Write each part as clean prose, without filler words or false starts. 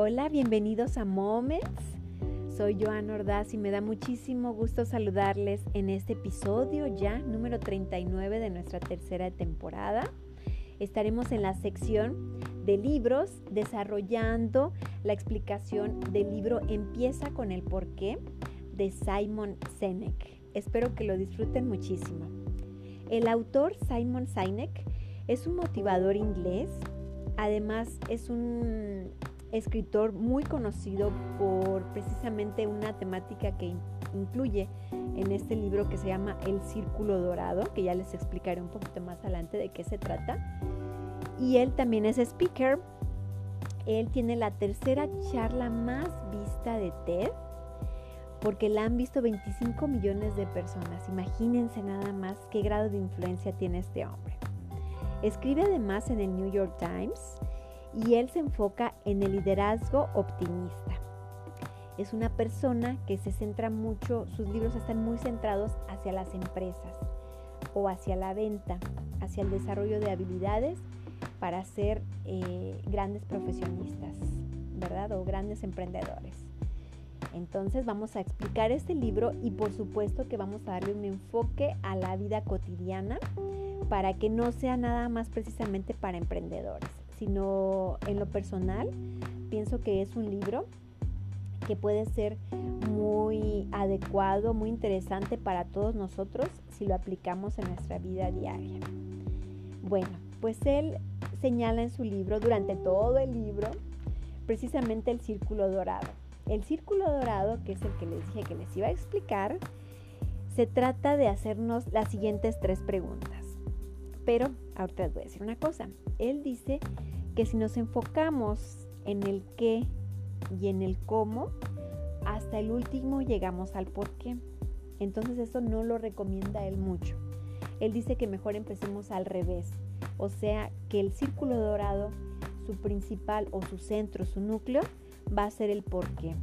Hola, bienvenidos a Moments. Soy Joana Ordaz y me da muchísimo gusto saludarles en este episodio ya número 39 de nuestra tercera temporada. Estaremos en la sección de libros desarrollando la explicación del libro Empieza con el porqué de Simon Sinek. Espero que lo disfruten muchísimo. El autor Simon Sinek es un motivador inglés. Además es un escritor muy conocido por precisamente una temática que incluye en este libro que se llama El Círculo Dorado, que ya les explicaré un poquito más adelante de qué se trata. Y él también es speaker. Él tiene la tercera charla más vista de TED, porque la han visto 25 millones de personas. Imagínense nada más qué grado de influencia tiene este hombre. Escribe además en el New York Times y él se enfoca en el liderazgo optimista. Es una persona que se centra mucho, sus libros están muy centrados hacia las empresas o hacia la venta, hacia el desarrollo de habilidades para ser grandes profesionistas, ¿verdad? O grandes emprendedores. Entonces vamos a explicar este libro y por supuesto que vamos a darle un enfoque a la vida cotidiana para que no sea nada más precisamente para emprendedores, sino en lo personal pienso que es un libro que puede ser muy adecuado, muy interesante para todos nosotros si lo aplicamos en nuestra vida diaria. Bueno, pues él señala en su libro, durante todo el libro, precisamente el círculo dorado. El círculo dorado, que es el que les dije que les iba a explicar, se trata de hacernos las siguientes 3 preguntas. Pero ahorita les voy a decir una cosa. Él dice que si nos enfocamos en el qué y en el cómo, hasta el último llegamos al por qué. Entonces eso no lo recomienda él mucho. Él dice que mejor empecemos al revés. O sea, que el círculo dorado, su principal o su centro, su núcleo, va a ser el por qué.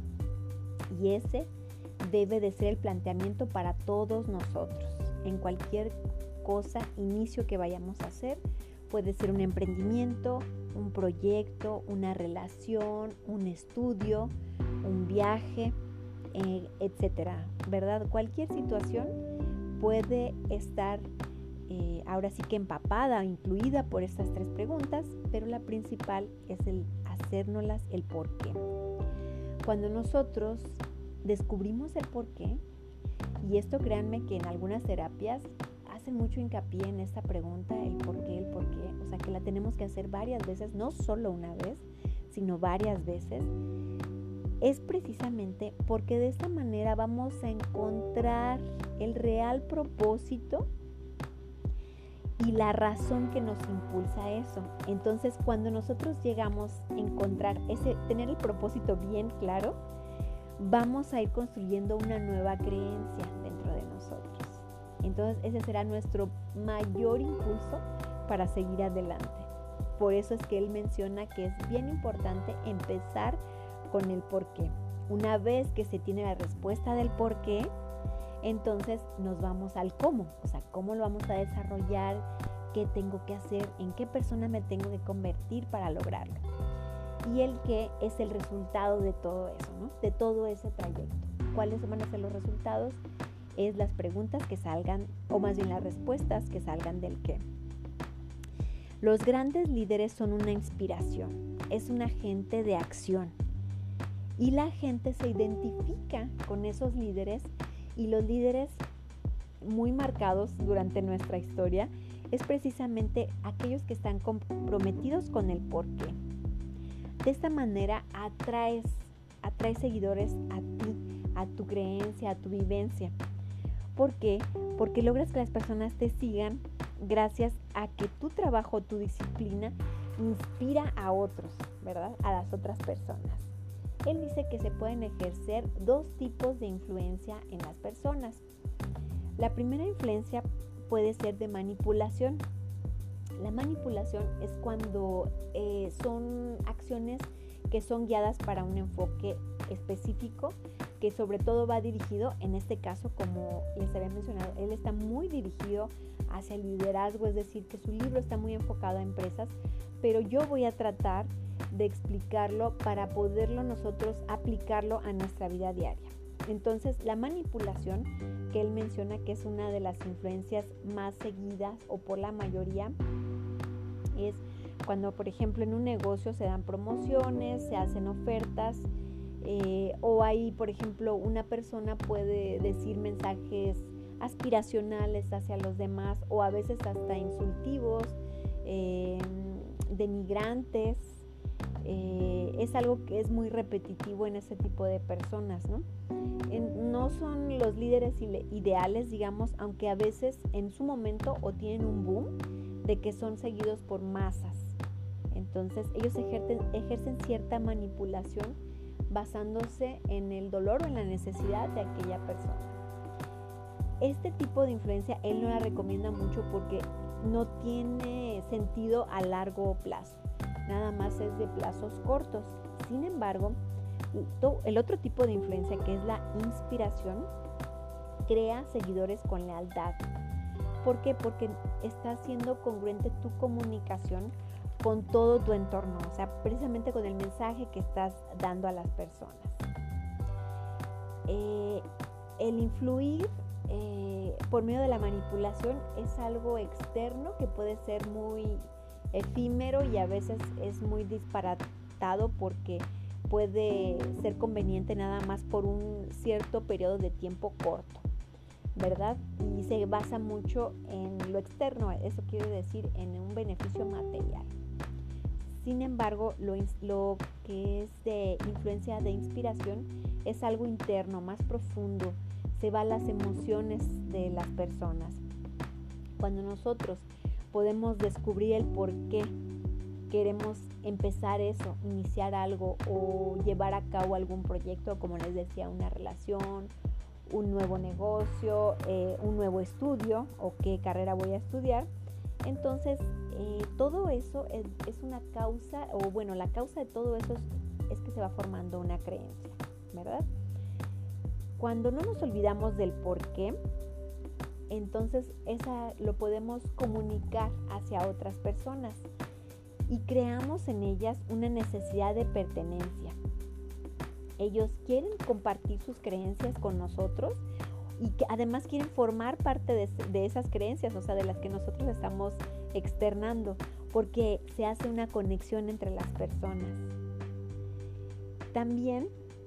Y ese debe de ser el planteamiento para todos nosotros. En cualquier cosa, inicio que vayamos a hacer, puede ser un emprendimiento, un proyecto, una relación, un estudio, un viaje, etcétera, ¿verdad? Cualquier situación puede estar ahora sí que empapada, incluida por estas 3 preguntas, pero la principal es el hacérnoslas el por qué. Cuando nosotros descubrimos el por qué, y esto créanme que en algunas terapias hacen mucho hincapié en esta pregunta, el por qué, o sea que la tenemos que hacer varias veces, no solo una vez, sino varias veces, es precisamente porque de esta manera vamos a encontrar el real propósito y la razón que nos impulsa a eso. Entonces, cuando nosotros llegamos a encontrar tener el propósito bien claro, vamos a ir construyendo una nueva creencia dentro de nosotros. Entonces, ese será nuestro mayor impulso para seguir adelante. Por eso es que él menciona que es bien importante empezar con el porqué. Una vez que se tiene la respuesta del porqué, entonces nos vamos al cómo, o sea, cómo lo vamos a desarrollar, qué tengo que hacer, en qué persona me tengo que convertir para lograrlo. Y el qué es el resultado de todo eso, ¿no? De todo ese trayecto. ¿Cuáles van a ser los resultados? Es las preguntas que salgan, o más bien las respuestas que salgan del qué. Los grandes líderes son una inspiración, es un agente de acción. Y la gente se identifica con esos líderes. Y los líderes muy marcados durante nuestra historia es precisamente aquellos que están comprometidos con el porqué. De esta manera atraes seguidores a ti, a tu creencia, a tu vivencia. ¿Por qué? Porque logras que las personas te sigan gracias a que tu trabajo, tu disciplina inspira a otros, ¿verdad? A las otras personas. Él dice que se pueden ejercer 2 tipos de influencia en las personas. La primera influencia puede ser de manipulación. La manipulación es cuando son acciones que son guiadas para un enfoque específico que sobre todo va dirigido, en este caso, como les había mencionado, él está muy dirigido hacia el liderazgo, es decir, que su libro está muy enfocado a empresas, pero yo voy a tratar de explicarlo para poderlo nosotros aplicarlo a nuestra vida diaria. Entonces, la manipulación, que él menciona que es una de las influencias más seguidas o por la mayoría, es cuando, por ejemplo, en un negocio se dan promociones, se hacen ofertas, o hay, por ejemplo, una persona puede decir mensajes aspiracionales hacia los demás o a veces hasta insultivos, denigrantes. Es algo que es muy repetitivo en ese tipo de personas, ¿no? No son los líderes ideales, digamos, aunque a veces en su momento o tienen un boom de que son seguidos por masas. Entonces ellos ejercen cierta manipulación basándose en el dolor o en la necesidad de aquella persona. Este tipo de influencia él no la recomienda mucho porque no tiene sentido a largo plazo, nada más es de plazos cortos. Sin embargo, el otro tipo de influencia, que es la inspiración, crea seguidores con lealtad. ¿Por qué? Porque está siendo congruente tu comunicación con todo tu entorno, o sea, precisamente con el mensaje que estás dando a las personas. El influir por medio de la manipulación es algo externo que puede ser muy efímero y a veces es muy disparatado porque puede ser conveniente nada más por un cierto periodo de tiempo corto, ¿verdad? Y se basa mucho en lo externo, eso quiere decir en un beneficio material. Sin embargo, lo que es de influencia de inspiración es algo interno, más profundo, se va a las emociones de las personas. Cuando nosotros podemos descubrir el por qué queremos empezar eso, iniciar algo o llevar a cabo algún proyecto, como les decía, una relación, un nuevo negocio, un nuevo estudio o qué carrera voy a estudiar, entonces todo eso es una causa, o bueno, la causa de todo eso es que se va formando una creencia, ¿verdad? Cuando no nos olvidamos del por qué, entonces lo podemos comunicar hacia otras personas y creamos en ellas una necesidad de pertenencia. Ellos quieren compartir sus creencias con nosotros y que además quieren formar parte de esas creencias, o sea, de las que nosotros estamos externando, porque se hace una conexión entre las personas. También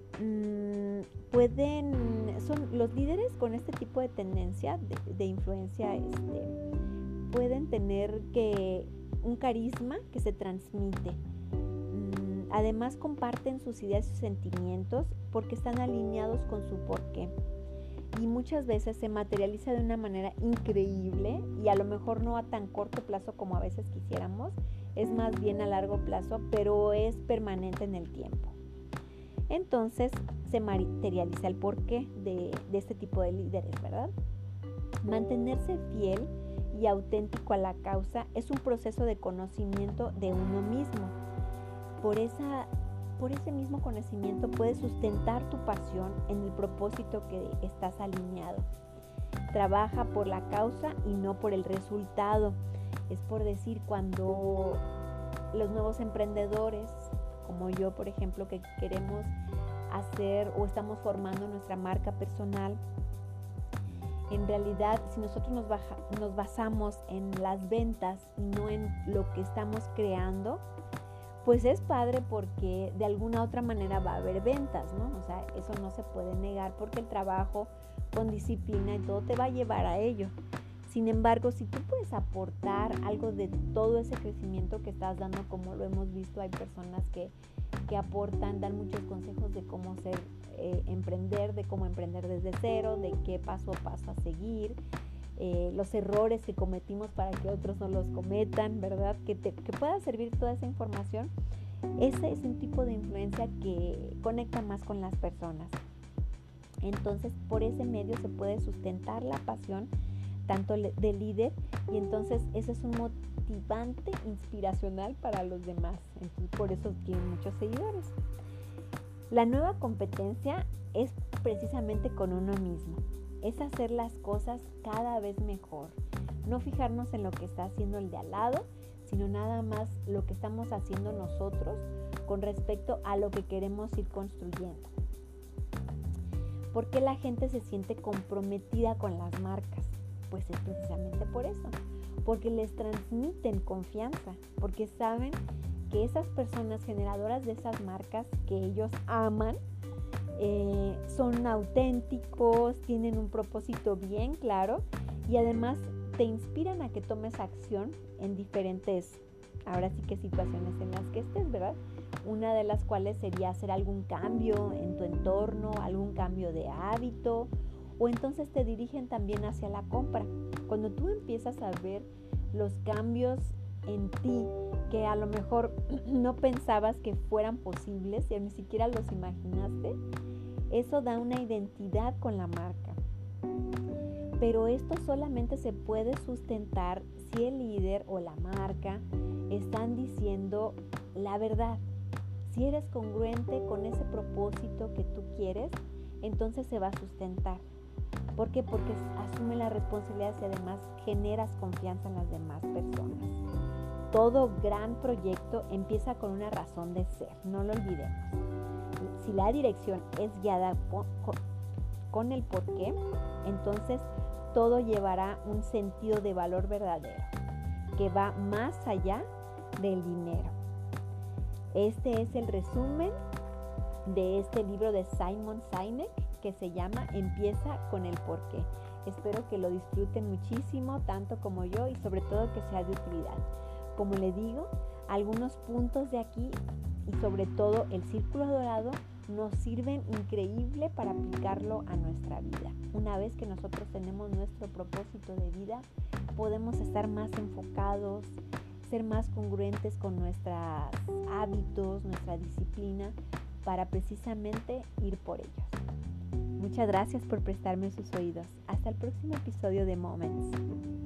son los líderes con este tipo de tendencia de influencia, pueden tener un carisma que se transmite. Además comparten sus ideas y sus sentimientos porque están alineados con su porqué. Y muchas veces se materializa de una manera increíble y a lo mejor no a tan corto plazo como a veces quisiéramos, es más bien a largo plazo, pero es permanente en el tiempo. Entonces se materializa el porqué de este tipo de líderes, ¿verdad? Mantenerse fiel y auténtico a la causa es un proceso de conocimiento de uno mismo. Por ese mismo conocimiento puedes sustentar tu pasión en el propósito que estás alineado. Trabaja por la causa y no por el resultado. Es por decir, cuando los nuevos emprendedores, como yo, por ejemplo, que queremos hacer o estamos formando nuestra marca personal, en realidad, si nosotros nos basamos en las ventas y no en lo que estamos creando, pues es padre porque de alguna otra manera va a haber ventas, ¿no? O sea, eso no se puede negar porque el trabajo con disciplina y todo te va a llevar a ello. Sin embargo, si tú puedes aportar algo de todo ese crecimiento que estás dando, como lo hemos visto, hay personas que aportan, dan muchos consejos de cómo emprender, de cómo emprender desde cero, de qué paso a paso a seguir, los errores que cometimos para que otros no los cometan, ¿verdad? Que pueda servir toda esa información. Ese es un tipo de influencia que conecta más con las personas. Entonces, por ese medio se puede sustentar la pasión tanto del líder, y entonces ese es un motivante inspiracional para los demás. Entonces, por eso tienen muchos seguidores. La nueva competencia es precisamente con uno mismo. Es hacer las cosas cada vez mejor. No fijarnos en lo que está haciendo el de al lado, sino nada más lo que estamos haciendo nosotros con respecto a lo que queremos ir construyendo. ¿Por qué la gente se siente comprometida con las marcas? Pues es precisamente por eso, porque les transmiten confianza, porque saben que esas personas generadoras de esas marcas que ellos aman son auténticos, tienen un propósito bien claro y además te inspiran a que tomes acción en diferentes, ahora sí que situaciones en las que estés, ¿verdad? Una de las cuales sería hacer algún cambio en tu entorno, algún cambio de hábito, o entonces te dirigen también hacia la compra. Cuando tú empiezas a ver los cambios en ti que a lo mejor no pensabas que fueran posibles, y ni siquiera los imaginaste, eso da una identidad con la marca. Pero esto solamente se puede sustentar si el líder o la marca están diciendo la verdad. Si eres congruente con ese propósito que tú quieres, entonces se va a sustentar. ¿Por qué? Porque asume la responsabilidad y además generas confianza en las demás personas. Todo gran proyecto empieza con una razón de ser, no lo olvidemos. Si la dirección es guiada con el porqué, entonces todo llevará un sentido de valor verdadero que va más allá del dinero. Este es el resumen de este libro de Simon Sinek que se llama Empieza con el porqué. Espero que lo disfruten muchísimo, tanto como yo, y sobre todo que sea de utilidad. Como le digo, algunos puntos de aquí y sobre todo el círculo dorado nos sirven increíble para aplicarlo a nuestra vida. Una vez que nosotros tenemos nuestro propósito de vida, podemos estar más enfocados, ser más congruentes con nuestros hábitos, nuestra disciplina, para precisamente ir por ellos. Muchas gracias por prestarme sus oídos. Hasta el próximo episodio de Moments.